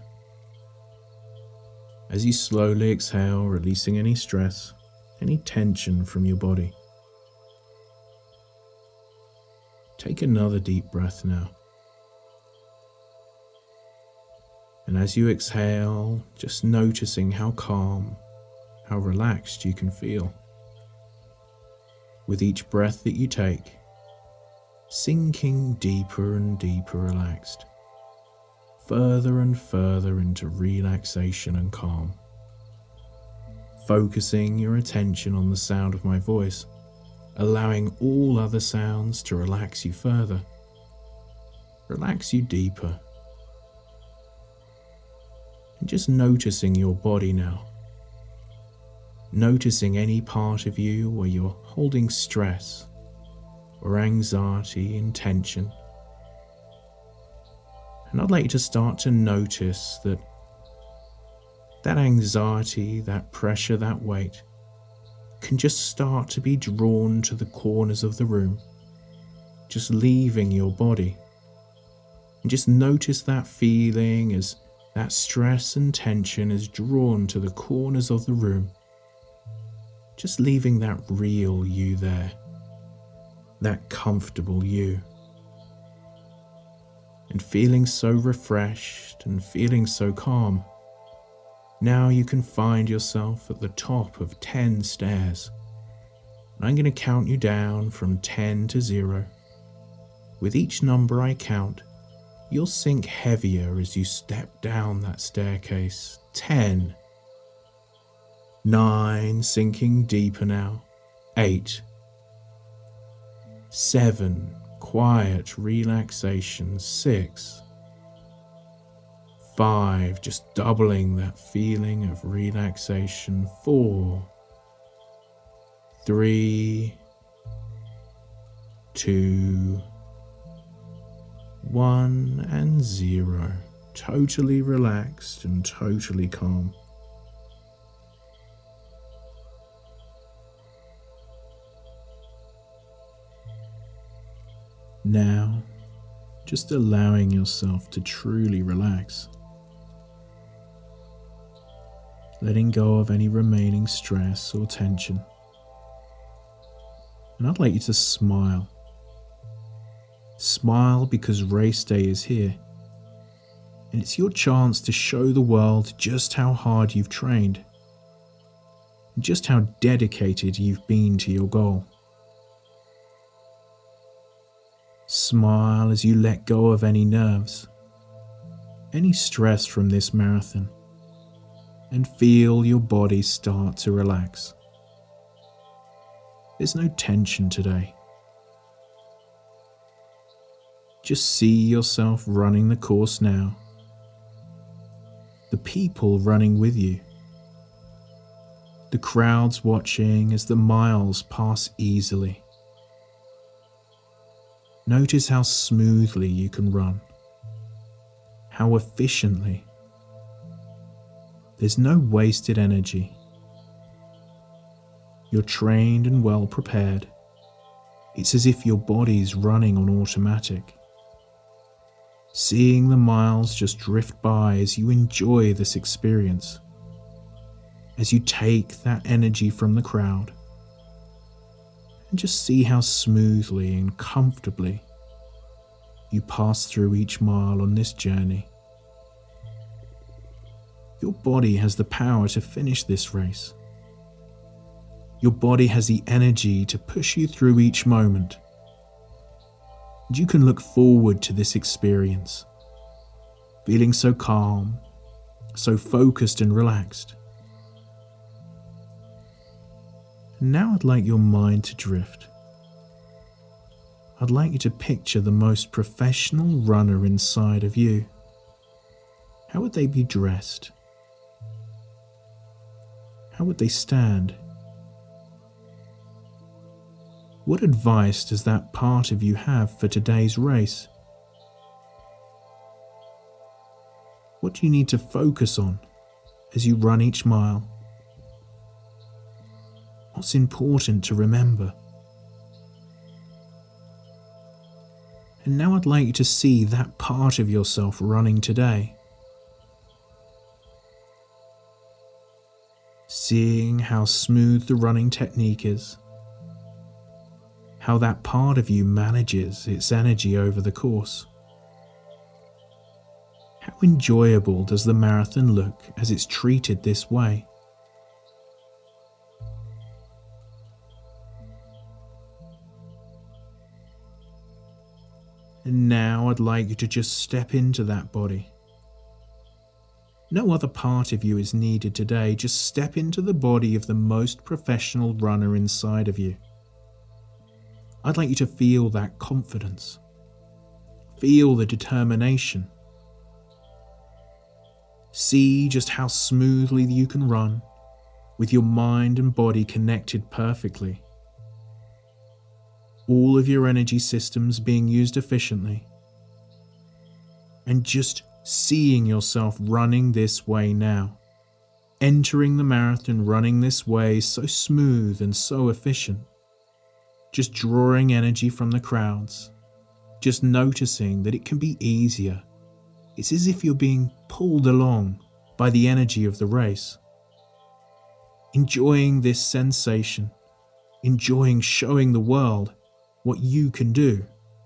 As you slowly exhale, releasing any stress, any tension from your body. Take another deep breath now. And as you exhale, just noticing how calm, how relaxed you can feel. With each breath that you take, sinking deeper and deeper relaxed, further and further into relaxation and calm. Focusing your attention on the sound of my voice, allowing all other sounds to relax you further, relax you deeper. And just noticing your body now. Noticing any part of you where you're holding stress or anxiety and tension. And I'd like you to start to notice that anxiety, that pressure, that weight can just start to be drawn to the corners of the room, just leaving your body. And just notice that feeling as that stress and tension is drawn to the corners of the room, just leaving that real you there, that comfortable you. And feeling so refreshed and feeling so calm, now you can find yourself at the top of 10 stairs. And I'm going to count you down from 10 to 0. With each number I count, you'll sink heavier as you step down that staircase. 10. 9, sinking deeper now. 8. 7, quiet relaxation. 6. 5, just doubling that feeling of relaxation. 4, 3, 2, 1, and 0. Totally relaxed and totally calm. Now, just allowing yourself to truly relax. Letting go of any remaining stress or tension. And I'd like you to smile. Smile because race day is here. And it's your chance to show the world just how hard you've trained. And just how dedicated you've been to your goal. Smile as you let go of any nerves, any stress from this marathon, and feel your body start to relax. There's no tension today. Just see yourself running the course now. The people running with you. The crowds watching as the miles pass easily. Notice how smoothly you can run, how efficiently. There's no wasted energy. You're trained and well prepared. It's as if your body's running on automatic. Seeing the miles just drift by as you enjoy this experience, as you take that energy from the crowd. And just see how smoothly and comfortably you pass through each mile on this journey. Your body has the power to finish this race. Your body has the energy to push you through each moment. And you can look forward to this experience, feeling so calm, so focused and relaxed. Now I'd like your mind to drift. I'd like you to picture the most professional runner inside of you. How would they be dressed? How would they stand? What advice does that part of you have for today's race? What do you need to focus on as you run each mile? What's important to remember? And now I'd like you to see that part of yourself running today. Seeing how smooth the running technique is. How that part of you manages its energy over the course. How enjoyable does the marathon look as it's treated this way? And now I'd like you to just step into that body. No other part of you is needed today. Just step into the body of the most professional runner inside of you. I'd like you to feel that confidence. Feel the determination. See just how smoothly you can run, with your mind and body connected perfectly. All of your energy systems being used efficiently. And just seeing yourself running this way now. Entering the marathon running this way so smooth and so efficient. Just drawing energy from the crowds. Just noticing that it can be easier. It's as if you're being pulled along by the energy of the race. Enjoying this sensation. Enjoying showing the world what you can do.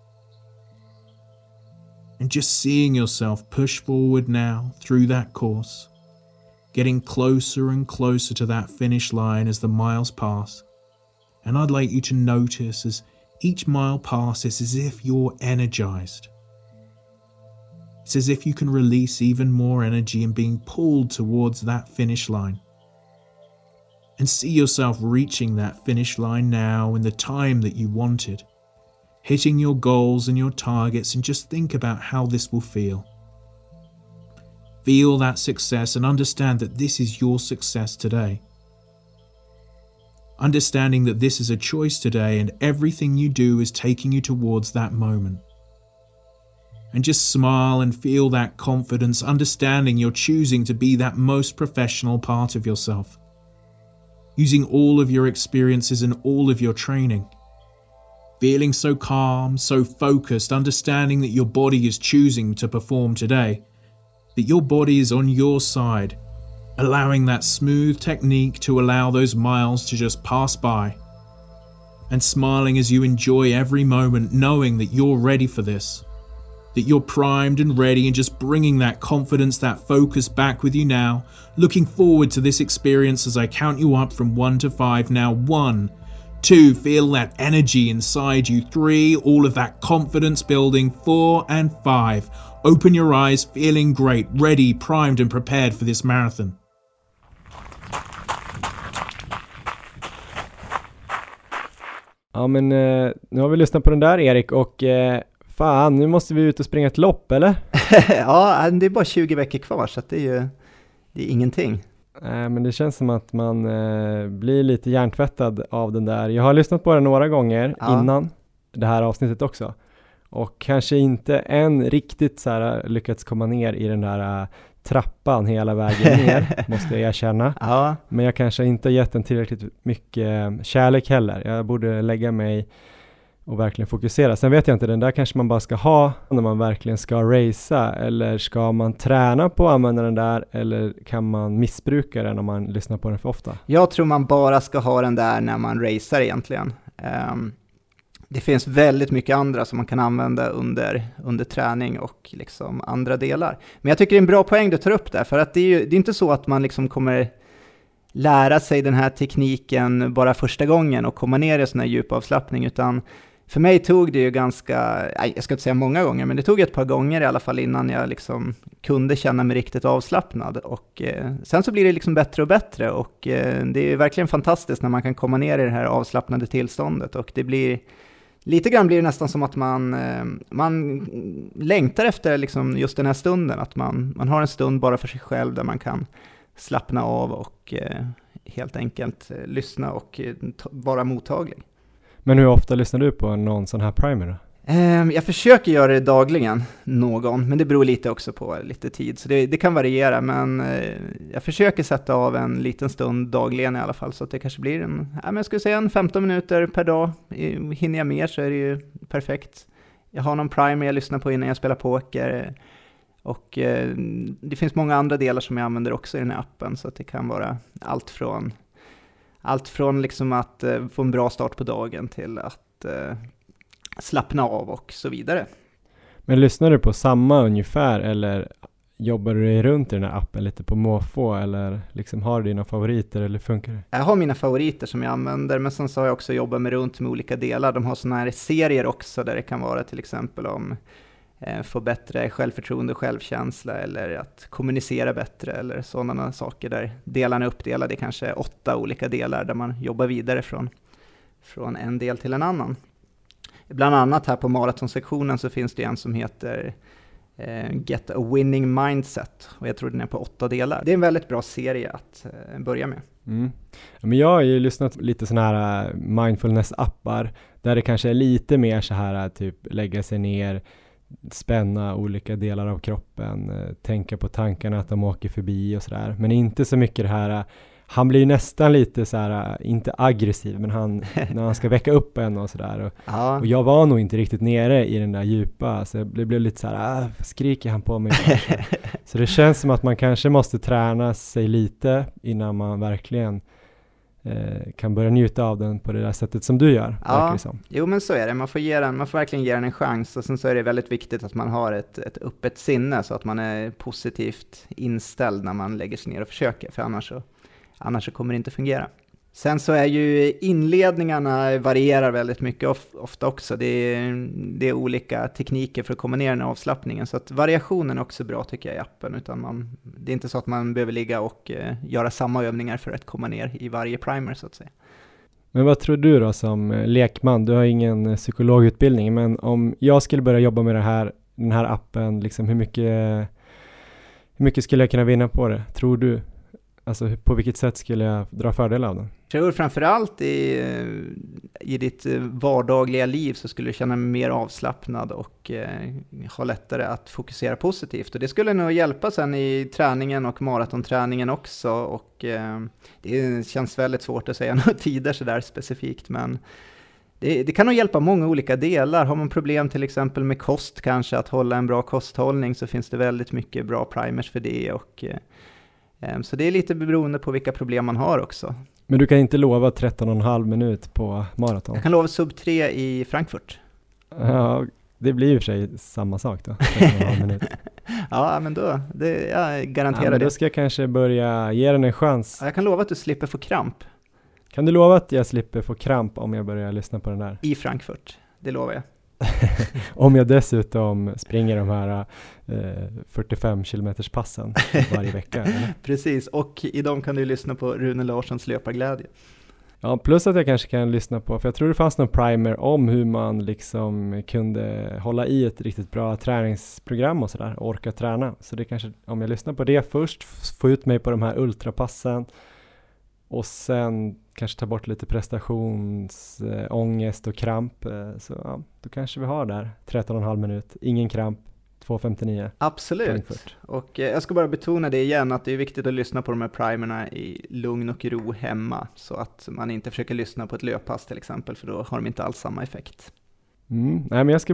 And just seeing yourself push forward now through that course, getting closer and closer to that finish line as the miles pass. And I'd like you to notice as each mile passes as if you're energized. It's as if you can release even more energy and being pulled towards that finish line. And see yourself reaching that finish line now in the time that you wanted. Hitting your goals and your targets, and just think about how this will feel. Feel that success and understand that this is your success today. Understanding that this is a choice today and everything you do is taking you towards that moment. And just smile and feel that confidence, understanding you're choosing to be that most professional part of yourself. Using all of your experiences and all of your training. Feeling so calm, so focused, understanding that your body is choosing to perform today. That your body is on your side, allowing that smooth technique to allow those miles to just pass by. And smiling as you enjoy every moment, knowing that you're ready for this. That you're primed and ready, and just bringing that confidence, that focus back with you now. Looking forward to this experience as I count you up from 1 to 5 now. 1, 2, feel that energy inside you. 3, all of that confidence building. 4 and 5. Open your eyes, feeling great, ready, primed and prepared for this marathon. Ja, men nu har vi lyssnat på den där, Erik, och fan, nu måste vi ut och springa ett lopp, eller? Ja, det är bara 20 veckor kvar, så att det är ingenting. Men det känns som att man blir lite hjärntvättad av den där. Jag har lyssnat på den några gånger innan det här avsnittet också. Och kanske inte än riktigt så här lyckats komma ner i den där trappan hela vägen ner, måste jag erkänna. Ja. Men jag kanske inte har gett den tillräckligt mycket kärlek heller. Jag borde lägga mig och verkligen fokusera. Sen vet jag inte, den där kanske man bara ska ha när man verkligen ska racea, eller ska man träna på att använda den där, eller kan man missbruka den om man lyssnar på den för ofta? Jag tror man bara ska ha den där när man racear egentligen. Det finns väldigt mycket andra som man kan använda under träning och liksom andra delar. Men jag tycker det är en bra poäng du tar upp där, för att det är inte så att man liksom kommer lära sig den här tekniken bara första gången och komma ner i sån här djup avslappning, utan för mig tog det ju jag ska inte säga många gånger, men det tog ett par gånger i alla fall innan jag liksom kunde känna mig riktigt avslappnad. Och sen så blir det liksom bättre och bättre, och det är verkligen fantastiskt när man kan komma ner i det här avslappnade tillståndet, och det blir lite grann blir det nästan som att man längtar efter liksom just den här stunden, att man har en stund bara för sig själv där man kan slappna av och helt enkelt lyssna och vara mottaglig. Men hur ofta lyssnar du på någon sån här primer då? Jag försöker göra det dagligen, men det beror lite också på lite tid, så det kan variera, men jag försöker sätta av en liten stund dagligen i alla fall, så att det kanske blir jag skulle säga en 15 minuter per dag. Hinner jag mer så är det ju perfekt. Jag har någon primer jag lyssnar på innan jag spelar poker, och det finns många andra delar som jag använder också i den här appen, så att det kan vara allt från liksom att få en bra start på dagen till att slappna av och så vidare. Men lyssnar du på samma ungefär, eller jobbar du dig runt i den här appen lite på måfå, eller liksom har du dina favoriter, eller funkar det? Jag har mina favoriter som jag använder, men sen så har jag också jobbat med runt med olika delar. De har såna här serier också där det kan vara till exempel om få bättre självförtroende och självkänsla, eller att kommunicera bättre, eller sådana saker där delarna är uppdelade i kanske 8 olika delar där man jobbar vidare från en del till en annan. Bland annat här på maratonsektionen så finns det en som heter Get a Winning Mindset, och jag tror den är på 8 delar. Det är en väldigt bra serie att börja med. Men jag har ju lyssnat på lite sådana här mindfulness-appar där det kanske är lite mer så här typ lägga sig ner, spänna olika delar av kroppen, tänka på tankarna att de åker förbi och sådär. Men inte så mycket det här, han blir nästan lite så här, inte aggressiv, men när han ska väcka upp en och sådär. Och jag var nog inte riktigt nere i den där djupa, så det blev lite så här, skriker han på mig. Så det känns som att man kanske måste träna sig lite innan man verkligen kan börja njuta av den på det där sättet som du gör. Ja, jo men så är det. Man får verkligen ge den en chans, och sen så är det väldigt viktigt att man har ett öppet sinne, så att man är positivt inställd när man lägger sig ner och försöker, för annars så kommer det inte fungera. Sen så är ju inledningarna varierar väldigt mycket ofta också. Det är olika tekniker för att komma ner i den avslappningen, så att variationen är också bra tycker jag i appen, utan det är inte så att man behöver ligga och göra samma övningar för att komma ner i varje primer så att säga. Men vad tror du då som lekman? Du har ingen psykologutbildning, men om jag skulle börja jobba med den här appen, liksom hur mycket Hur mycket skulle jag kunna vinna på det, tror du? Alltså på vilket sätt skulle jag dra fördel av den? Jag tror framförallt i ditt vardagliga liv så skulle du känna dig mer avslappnad och ha lättare att fokusera positivt. Och det skulle nog hjälpa sen i träningen och maratonträningen också. Och det känns väldigt svårt att säga några tider så där specifikt, men det kan nog hjälpa många olika delar. Har man problem till exempel med kost, kanske att hålla en bra kosthållning, så finns det väldigt mycket bra primers för det. Och så det är lite beroende på vilka problem man har också. Men du kan inte lova 13,5 minut på maraton? Jag kan lova sub 3 i Frankfurt. Ja, det blir ju för sig samma sak då. 13,5 minut. Ja, men då, jag garanterar men det. Då ska jag kanske börja ge den en chans. Ja, jag kan lova att du slipper få kramp. Kan du lova att jag slipper få kramp om jag börjar lyssna på den där? I Frankfurt, det lovar jag. Om jag dessutom springer de här 45 kilometers passen varje vecka. Eller? Precis, och i dem kan du lyssna på Rune Larssons löparglädje. Ja, plus att jag kanske kan lyssna på, för jag tror det fanns någon primer om hur man liksom kunde hålla i ett riktigt bra träningsprogram och sådär, och orka träna. Så det kanske, om jag lyssnar på det först, få ut mig på de här ultrapassen och sen kanske ta bort lite prestationsångest och kramp, så ja, då kanske vi har där 13,5 minut, ingen kramp, 2:59. Absolut. Frankfurt. Och jag ska bara betona det igen, att det är viktigt att lyssna på de här primerna i lugn och ro hemma, så att man inte försöker lyssna på ett löppass till exempel, för då har de inte alls samma effekt. Nej, men jag ska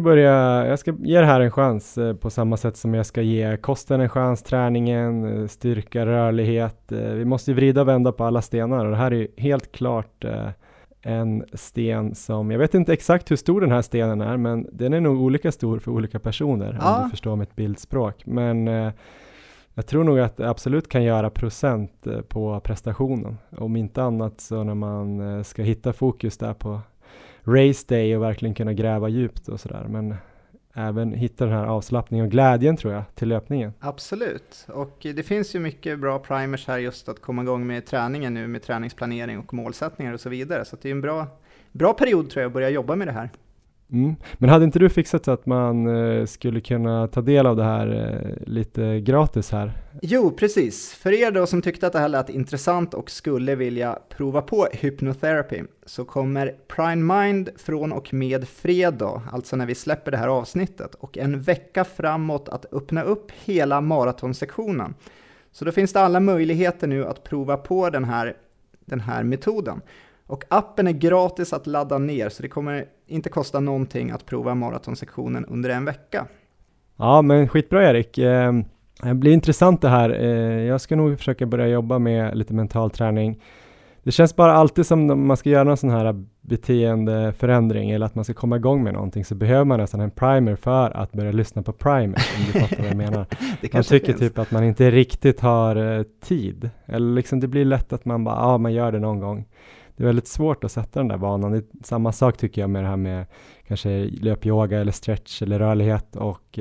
ge det här en chans på samma sätt som jag ska ge kosten en chans, träningen, styrka, rörlighet. Vi måste ju vrida och vända på alla stenar, och det här är ju helt klart en sten som, jag vet inte exakt hur stor den här stenen är, men den är nog olika stor för olika personer, om du förstår mitt bildspråk. Men jag tror nog att det absolut kan göra procent på prestationen. Om inte annat så när man ska hitta fokus där på race day och verkligen kunna gräva djupt och sådär, men även hitta den här avslappningen och glädjen tror jag till löpningen. Absolut, och det finns ju mycket bra primers här just att komma igång med träningen nu, med träningsplanering och målsättningar och så vidare, så det är en bra period tror jag att börja jobba med det här. Men hade inte du fixat så att man skulle kunna ta del av det här lite gratis här? Jo, precis. För er då som tyckte att det här lät intressant och skulle vilja prova på hypnotherapy, så kommer Prime Mind från och med fredag, alltså när vi släpper det här avsnittet, och en vecka framåt att öppna upp hela maratonsektionen. Så då finns det alla möjligheter nu att prova på den här metoden. Och appen är gratis att ladda ner, så det kommer inte kosta någonting att prova maratonsektionen under en vecka. Ja, men skitbra Erik. Det blir intressant det här. Jag ska nog försöka börja jobba med lite mental träning. Det känns bara alltid som när man ska göra någon sån här beteendeförändring eller att man ska komma igång med någonting, så behöver man nästan en primer för att börja lyssna på primer, om du fattar vad jag menar. Man tycker typ att man inte riktigt har tid. Eller liksom det blir lätt att man bara, man gör det någon gång. Det är väldigt svårt att sätta den där banan. Det är samma sak tycker jag med det här med kanske löpyoga eller stretch eller rörlighet och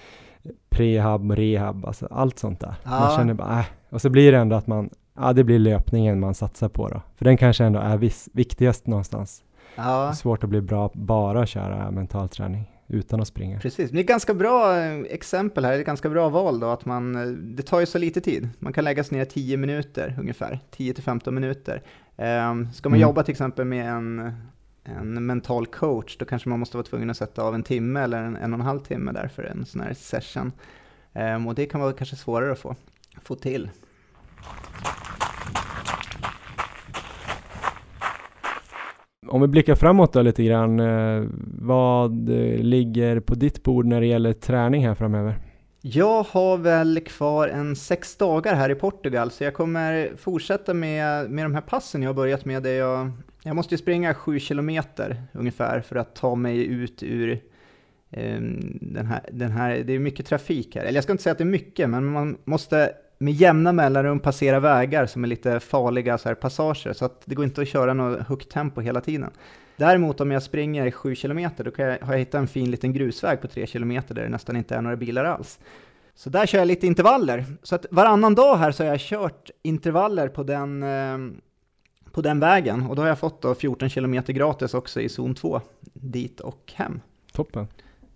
prehab och rehab, alltså allt sånt där. Ja. Man känner bara, och så blir det ändå att det blir löpningen man satsar på då. För den kanske ändå är viktigast någonstans. Ja. Det är svårt att bli bra bara att köra mental träning utan att springa. Precis, det är ett ganska bra exempel här, det är ett ganska bra val då, att det tar ju så lite tid. Man kan lägga sig ner 10 minuter ungefär, 10-15 minuter. Ska man jobba till exempel med en mental coach, då kanske man måste vara tvungen att sätta av en timme eller en och en halv timme där för en sån här session. Och det kan vara kanske svårare att få till. Om vi blickar framåt då lite grann, vad ligger på ditt bord när det gäller träning här framöver? Jag har väl kvar 6 dagar här i Portugal, så jag kommer fortsätta med de här passen jag har börjat med. Jag måste ju springa 7 kilometer ungefär för att ta mig ut ur den här, det är mycket trafik här. Eller jag ska inte säga att det är mycket, men man måste med jämna mellanrum passera vägar som är lite farliga så här passager, så att det går inte att köra något högt tempo hela tiden. Däremot om jag springer 7 kilometer, då har jag hittat en fin liten grusväg på 3 kilometer där det nästan inte är några bilar alls. Så där kör jag lite intervaller. Så att varannan dag här så har jag kört intervaller på den vägen. Och då har jag fått 14 kilometer gratis också i zon 2, dit och hem. Toppen.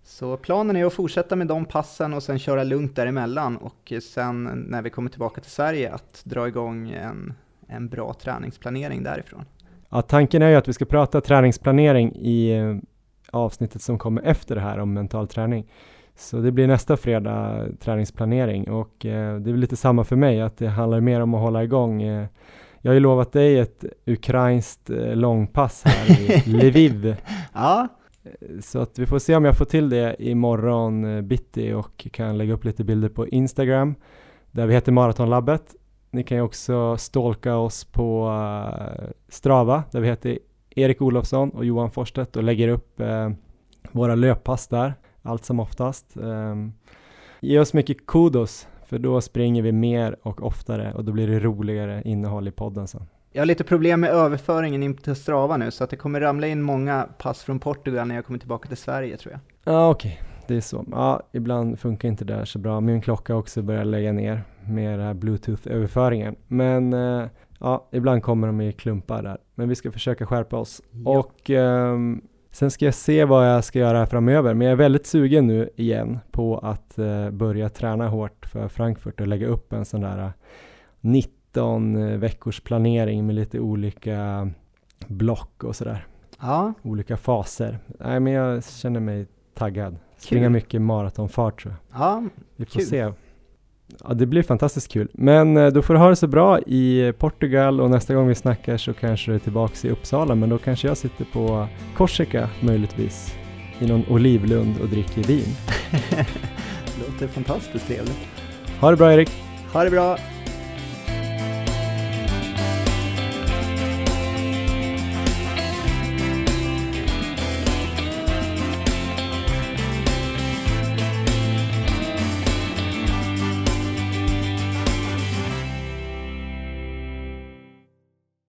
Så planen är att fortsätta med de passen och sen köra lugnt däremellan. Och sen när vi kommer tillbaka till Sverige att dra igång en bra träningsplanering därifrån. Ja, tanken är ju att vi ska prata träningsplanering i avsnittet som kommer efter det här om mental träning. Så det blir nästa fredag träningsplanering och det är lite samma för mig att det handlar mer om att hålla igång. Jag har ju lovat dig ett ukrainskt långpass här i Lviv. Ja. Så att vi får se om jag får till det imorgon bitti och kan lägga upp lite bilder på Instagram där vi heter Maratonlabbet. Ni kan ju också stalka oss på Strava där vi heter Erik Olofsson och Johan Forstedt och lägger upp våra löppass där allt som oftast. Ge oss mycket kudos för då springer vi mer och oftare och då blir det roligare innehåll i podden sen. Jag har lite problem med överföringen in till Strava nu så att det kommer ramla in många pass från Portugal när jag kommer tillbaka till Sverige tror jag. Ja okej, det är så. Ja, ibland funkar inte det där så bra. Min klocka också börjar lägga ner med den här Bluetooth-överföringen. Men ja, ibland kommer de i klumpar där. Men vi ska försöka skärpa oss. Ja. Och sen ska jag se vad jag ska göra framöver. Men jag är väldigt sugen nu igen på att börja träna hårt för Frankfurt och lägga upp en sån där 19 veckors planering med lite olika block och sådär. Ja. Olika faser. Nej, men jag känner mig taggad. Springa mycket maratonfart tror jag. Ja, vi får se. Ja, det blir fantastiskt kul. Men då får du ha det så bra i Portugal och nästa gång vi snackar så kanske du är tillbaka i Uppsala. Men då kanske jag sitter på Korsika möjligtvis i någon olivlund och dricker vin. Det låter fantastiskt trevligt. Ha det bra Erik. Ha det bra.